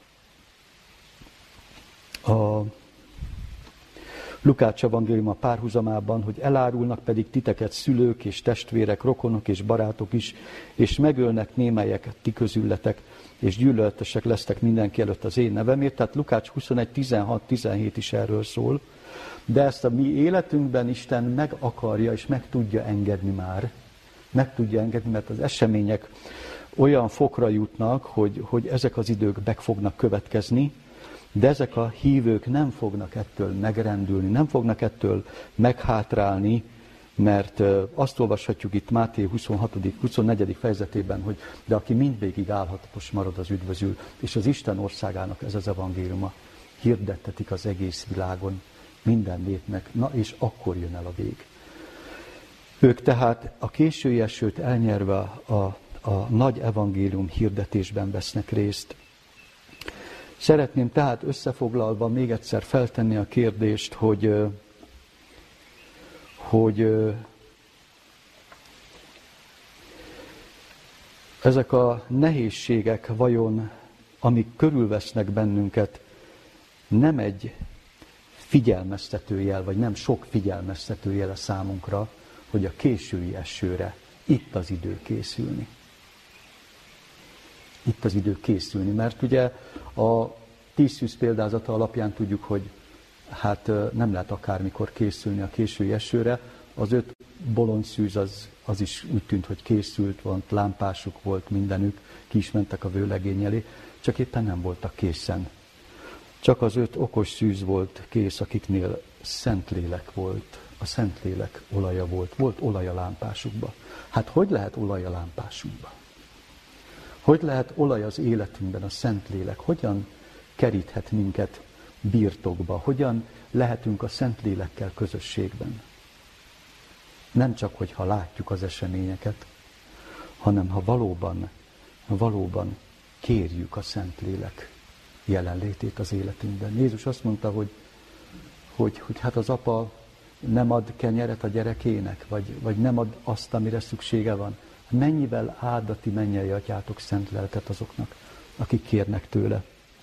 a Lukács evangéliuma párhuzamában, hogy elárulnak pedig titeket szülők és testvérek, rokonok és barátok is, és megölnek némelyeket ti közületek, és gyűlöletesek lesztek mindenki előtt az én nevemért. Tehát Lukács huszonegy tizenhat tizenhét is erről szól. De ezt a mi életünkben Isten meg akarja és meg tudja engedni már. Meg tudja engedni, mert az események olyan fokra jutnak, hogy, hogy ezek az idők meg fognak következni, de ezek a hívők nem fognak ettől megrendülni, nem fognak ettől meghátrálni, mert azt olvashatjuk itt Máté huszonhatodik huszonnegyedik fejezetében, hogy de aki mindvégig állhatatos marad, az üdvözül, és az Isten országának ez az evangéliuma hirdettetik az egész világon, minden népnek, na és akkor jön el a vég. Ők tehát a késői esőt elnyerve a, a nagy evangélium hirdetésben vesznek részt. Szeretném tehát összefoglalva még egyszer feltenni a kérdést, hogy, hogy ezek a nehézségek vajon, amik körülvesznek bennünket, nem egy figyelmeztetőjel, vagy nem sok figyelmeztetőjel a számunkra, hogy a késői esőre itt az idő készülni. Itt az idő készülni, mert ugye a tíz szűz példázata alapján tudjuk, hogy hát nem lehet akármikor készülni a késői esőre. Az öt bolondszűz az, az is úgy tűnt, hogy készült, volt, lámpásuk volt mindenük, ki is mentek a vőlegény elé, csak éppen nem voltak készen. Csak az öt okos szűz volt kész, akiknél Szentlélek volt, a Szentlélek olaja volt, volt olaj a lámpásukba. Hát hogy lehet olaj a lámpásunkba? Hogy lehet olaj az életünkben a Szentlélek? Hogyan keríthet minket birtokba? Hogyan lehetünk a Szentlélekkel közösségben? Nem csak, hogyha látjuk az eseményeket, hanem ha valóban, valóban kérjük a Szentlélek jelenlétét az életünkben. Jézus azt mondta, hogy, hogy, hogy hát az apa nem ad kenyeret a gyerekének, vagy, vagy nem ad azt, amire szüksége van. Mennyivel áld a ti mennyei atyátok szent lelket azoknak, akik kérnek tőle.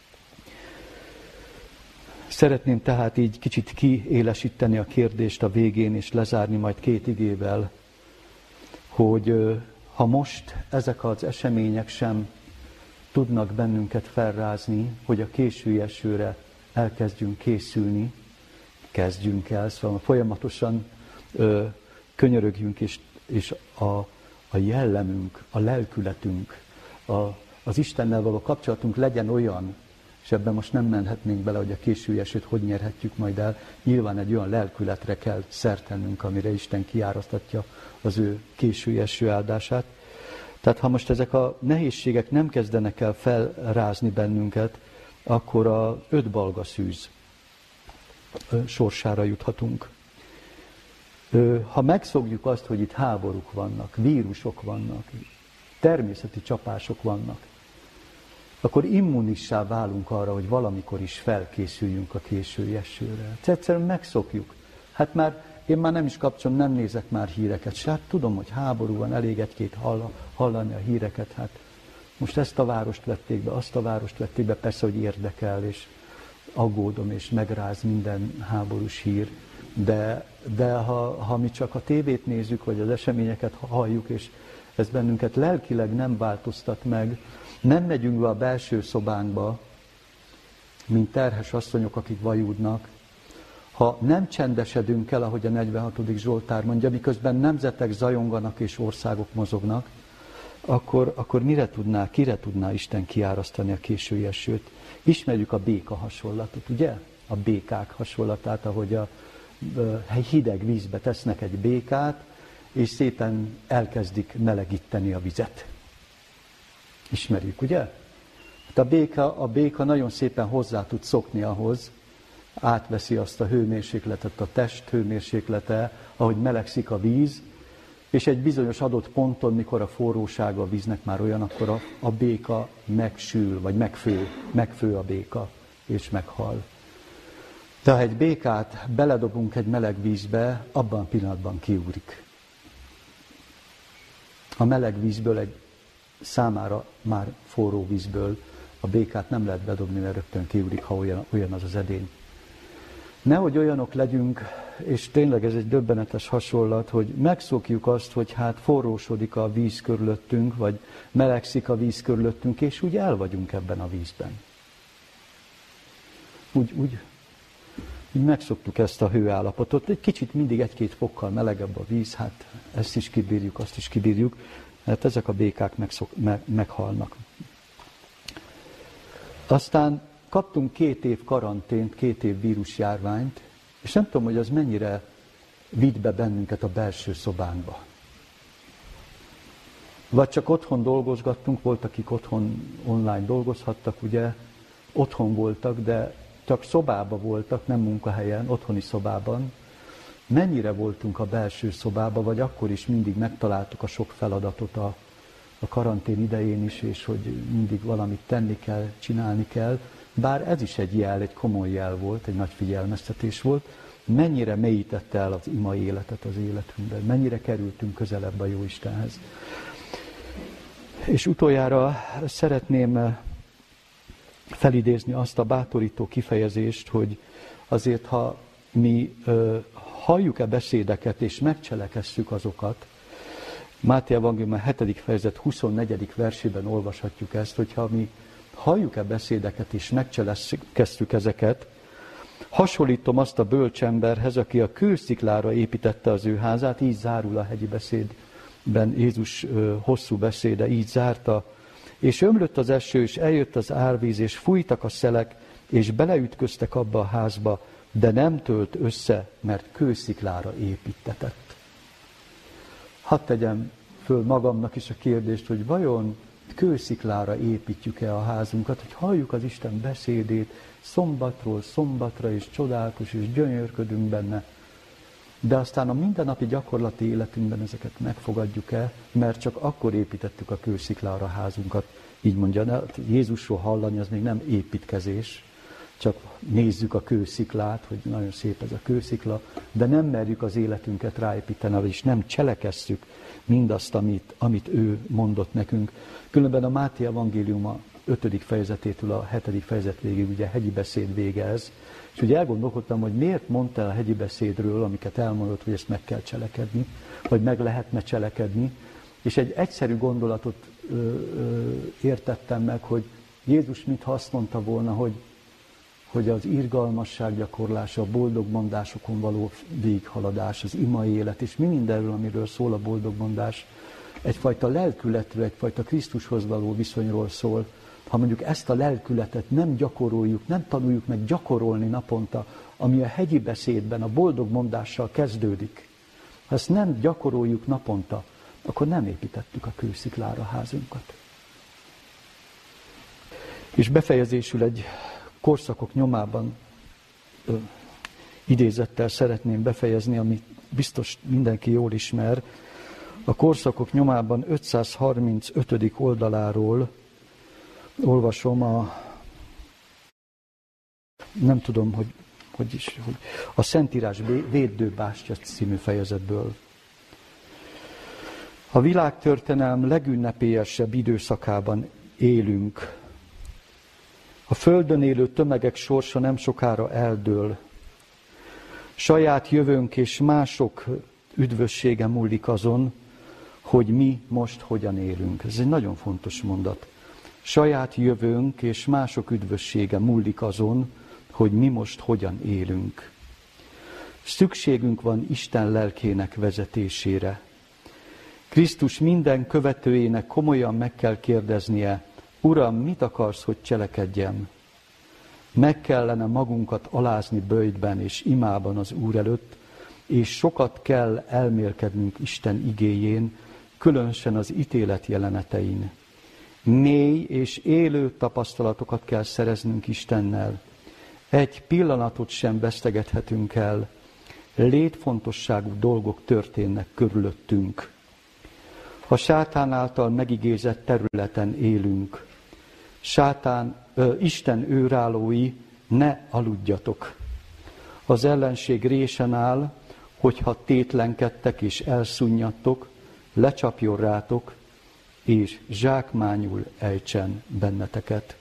Szeretném tehát így kicsit kiélesíteni a kérdést a végén, és lezárni majd két igével, hogy ha most ezek az események sem tudnak bennünket felrázni, hogy a késői esőre elkezdjünk készülni, kezdjünk el, szóval folyamatosan ö, könyörögjünk, és, és a, a jellemünk, a lelkületünk, a, az Istennel való kapcsolatunk legyen olyan, és ebben most nem menhetnénk bele, hogy a késői esőt hogy nyerhetjük majd el. Nyilván egy olyan lelkületre kell szert tennünk, amire Isten kiárasztatja az ő késői eső áldását. Tehát ha most ezek a nehézségek nem kezdenek el felrázni bennünket, akkor a öt balga szűz sorsára juthatunk. Ha megszokjuk azt, hogy itt háborúk vannak, vírusok vannak, természeti csapások vannak, akkor immunissá válunk arra, hogy valamikor is felkészüljünk a késői esőre. Egyszerűen megszokjuk. Hát már én már nem is kapcsolom, nem nézek már híreket. Se, hát tudom, hogy háború van, elég egy-két hallani a híreket. Hát most ezt a várost vették be, azt a várost vették be, persze, hogy érdekel, és aggódom, és megráz minden háborús hír. De, de ha, ha mi csak a tévét nézzük, vagy az eseményeket halljuk, és ez bennünket lelkileg nem változtat meg, nem megyünk be a belső szobánkba, mint terhes asszonyok, akik vajúdnak, ha nem csendesedünk el, ahogy a negyvenhatodik Zsoltár mondja, miközben nemzetek zajonganak és országok mozognak, akkor, akkor mire tudná, kire tudná Isten kiárasztani a késői esőt? Ismerjük a béka hasonlatot, ugye? A békák hasonlatát, ahogy a hideg vízbe tesznek egy békát, és szépen elkezdik melegíteni a vizet. Ismerjük, ugye? Hát a béka, a béka nagyon szépen hozzá tud szokni ahhoz, átveszi azt a hőmérsékletet, a test hőmérséklete, ahogy melegszik a víz, és egy bizonyos adott ponton, mikor a forrósága a víznek már olyan, akkor a, a béka megsül, vagy megfő, megfő a béka, és meghal. De ha egy békát beledobunk egy meleg vízbe, abban a pillanatban kiugrik. A meleg vízből egy számára már forró vízből a békát nem lehet bedobni, mert rögtön kiugrik, ha olyan, olyan az az edény. Nehogy olyanok legyünk, és tényleg ez egy döbbenetes hasonlat, hogy megszokjuk azt, hogy hát forrósodik a víz körülöttünk, vagy melegszik a víz körülöttünk, és úgy el vagyunk ebben a vízben. Úgy, úgy, úgy megszoktuk ezt a hőállapotot. Egy kicsit mindig egy-két fokkal melegebb a víz, hát ezt is kibírjuk, azt is kibírjuk, mert ezek a békák megszok, meg, meghalnak. Aztán kaptunk két év karantént, két év vírusjárványt, és nem tudom, hogy az mennyire vitt be bennünket a belső szobánkba. Vagy csak otthon dolgozgattunk, volt, akik otthon online dolgozhattak, ugye, otthon voltak, de csak szobában voltak, nem munkahelyen, otthoni szobában. Mennyire voltunk a belső szobában, vagy akkor is mindig megtaláltuk a sok feladatot a, a karantén idején is, és hogy mindig valamit tenni kell, csinálni kell. Bár ez is egy jel, egy komoly jel volt, egy nagy figyelmeztetés volt, mennyire mélyítette el az ima életet az életünkben, mennyire kerültünk közelebb a Jóistenhez. És utoljára szeretném felidézni azt a bátorító kifejezést, hogy azért, ha mi ö, halljuk-e beszédeket és megcselekesszük azokat, Máté Evangélium a hetedik fejezet huszonnegyedik versében olvashatjuk ezt, hogyha mi halljuk-e beszédeket és megcselekesszük ezeket, hasonlítom azt a bölcsemberhez, aki a kősziklára építette az ő házát, így zárul a hegyi beszédben Jézus ö, hosszú beszéde, így zárta, és ömlött az eső, és eljött az árvíz, és fújtak a szelek, és beleütköztek abba a házba, de nem tölt össze, mert kősziklára építetett. Hadd tegyem föl magamnak is a kérdést, hogy vajon kősziklára építjük-e a házunkat, hogy halljuk az Isten beszédét szombatról szombatra, és csodálatos, és gyönyörködünk benne, de aztán a mindennapi gyakorlati életünkben ezeket megfogadjuk-e, mert csak akkor építettük a kősziklára a házunkat. Így mondja, de Jézusról hallani az még nem építkezés, csak nézzük a kősziklát, hogy nagyon szép ez a kőszikla, de nem merjük az életünket ráépíteni, vagyis nem cselekesszük mindazt, amit, amit ő mondott nekünk. Különben a Máté Evangélium a ötödik fejezetétől a hetedik fejezet végig, ugye hegyi beszéd vége ez, és ugye elgondolkodtam, hogy miért mondta el a hegyi beszédről, amiket elmondott, hogy ezt meg kell cselekedni, vagy meg lehetne cselekedni, és egy egyszerű gondolatot ö, ö, értettem meg, hogy Jézus mintha azt mondta volna, hogy, hogy az irgalmasság gyakorlása, a boldogmondásokon való végighaladás, az imai élet, és mi mindenről, amiről szól a boldogmondás, egyfajta lelkületről, egyfajta Krisztushoz való viszonyról szól. Ha mondjuk ezt a lelkületet nem gyakoroljuk, nem tanuljuk meg gyakorolni naponta, ami a hegyi beszédben a boldogmondással kezdődik, ha ezt nem gyakoroljuk naponta, akkor nem építettük a kősziklára a házunkat. És befejezésül egy korszakok nyomában ö, idézettel szeretném befejezni, amit biztos mindenki jól ismer. A korszakok nyomában ötszázharmincötödik oldaláról olvasom a, nem tudom, hogy, hogy is, hogy a Szentírás védőbástya című fejezetből. A világtörténelem legünnepélyesebb időszakában élünk. A földön élő tömegek sorsa nem sokára eldől. Saját jövőnk és mások üdvössége múlik azon, hogy mi most hogyan élünk. Ez egy nagyon fontos mondat. Saját jövőnk és mások üdvössége múlik azon, hogy mi most hogyan élünk. Szükségünk van Isten lelkének vezetésére. Krisztus minden követőjének komolyan meg kell kérdeznie, Uram, mit akarsz, hogy cselekedjem? Meg kellene magunkat alázni böjtben és imában az Úr előtt, és sokat kell elmélkednünk Isten igéjén, különösen az ítélet jelenetein. Mély és élő tapasztalatokat kell szereznünk Istennel. Egy pillanatot sem vesztegethetünk el. Létfontosságú dolgok történnek körülöttünk. Ha sátán által megigézett területen élünk, sátán, ö, Isten őrállói, ne aludjatok. Az ellenség résen áll, hogyha tétlenkedtek és elszunnyadtok, lecsapjon rátok, és zsákmányul ejtsen benneteket.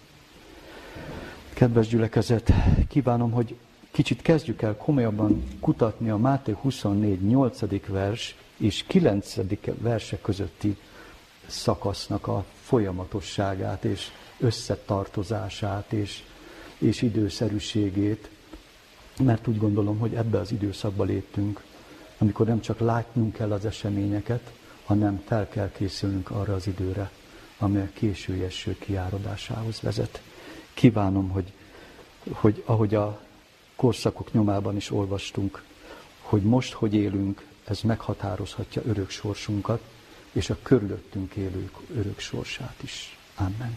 Kedves gyülekezet, kívánom, hogy kicsit kezdjük el komolyabban kutatni a Máté huszonnégy nyolcadik vers és kilencedik verse közötti szakasznak a folyamatosságát és összetartozását és, és időszerűségét, mert úgy gondolom, hogy ebbe az időszakba léptünk, amikor nem csak látnunk kell az eseményeket, hanem fel kell készülnünk arra az időre, amely a késői eső kiáradásához vezet. Kívánom, hogy, hogy ahogy a korszakok nyomában is olvastunk, hogy most, hogy élünk, ez meghatározhatja örök sorsunkat, és a körülöttünk élők örök sorsát is. Amen.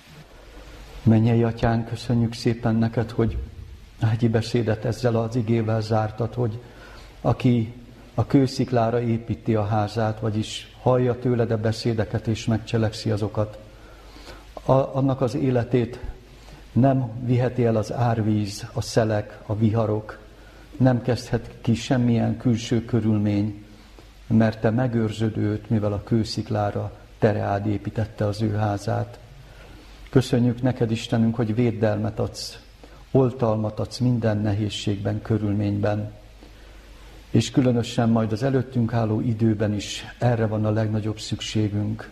Mennyei Atyánk, köszönjük szépen neked, hogy a hegyi beszédet ezzel az igével zártad, hogy aki a kősziklára építi a házát, vagyis hallja tőled a beszédeket és megcselekszi azokat, a, annak az életét nem viheti el az árvíz, a szelek, a viharok, nem kezdhet ki semmilyen külső körülmény, mert te megőrzöd őt, mivel a kősziklára Tereád építette az ő házát. Köszönjük neked, Istenünk, hogy védelmet adsz, oltalmat adsz minden nehézségben, körülményben, és különösen majd az előttünk álló időben is erre van a legnagyobb szükségünk.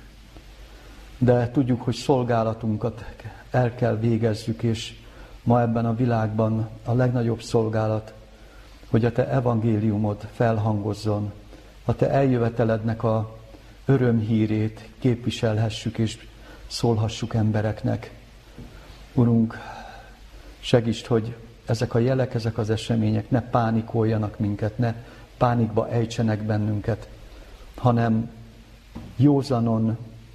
De tudjuk, hogy szolgálatunkat el kell végezzük, és ma ebben a világban a legnagyobb szolgálat, hogy a te evangéliumod felhangozzon, a te eljövetelednek a örömhírét képviselhessük és szólhassuk embereknek. Urunk, segítsd, hogy ezek a jelek, ezek az események ne pánikoljanak minket, ne pánikba ejtsenek bennünket, hanem józanon,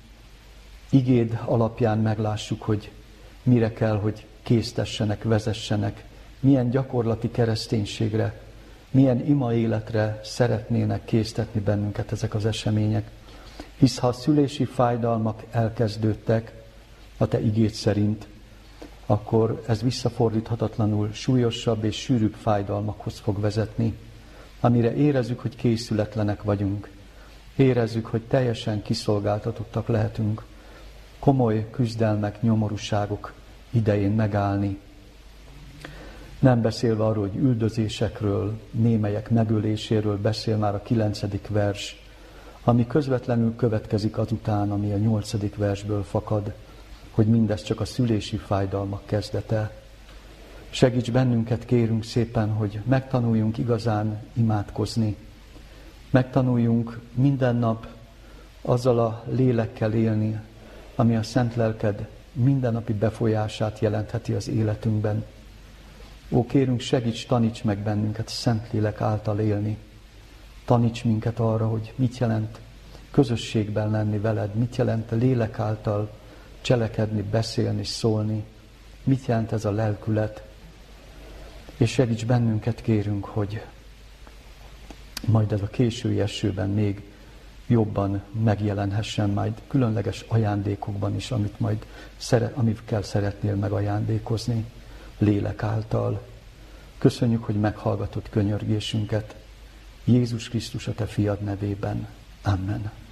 igéd alapján meglássuk, hogy mire kell, hogy késztessenek, vezessenek, milyen gyakorlati kereszténységre, milyen ima életre szeretnének késztetni bennünket ezek az események. Hisz ha a szülési fájdalmak elkezdődtek a te igéd szerint, akkor ez visszafordíthatatlanul súlyosabb és sűrűbb fájdalmakhoz fog vezetni, amire érezzük, hogy készületlenek vagyunk. Érezzük, hogy teljesen kiszolgáltatottak lehetünk, komoly küzdelmek, nyomorúságok idején megállni. Nem beszélve arról, hogy üldözésekről, némelyek megöléséről beszél már a kilencedik vers, ami közvetlenül következik azután, ami a nyolcadik versből fakad, hogy mindez csak a szülési fájdalmak kezdete. Segíts bennünket, kérünk szépen, hogy megtanuljunk igazán imádkozni. Megtanuljunk minden nap azzal a lélekkel élni, ami a szent lelked mindennapi befolyását jelentheti az életünkben. Ó, kérünk, segíts, taníts meg bennünket szent lélek által élni. Taníts minket arra, hogy mit jelent közösségben lenni veled, mit jelent a lélek által cselekedni, beszélni, szólni, mit jelent ez a lelkület. És segíts bennünket, kérünk, hogy majd ez a késői esőben még jobban megjelenhessen, majd különleges ajándékokban is, amit majd szeret, amikkel szeretnél megajándékozni lélek által. Köszönjük, hogy meghallgatod könyörgésünket. Jézus Krisztus a te fiad nevében. Amen.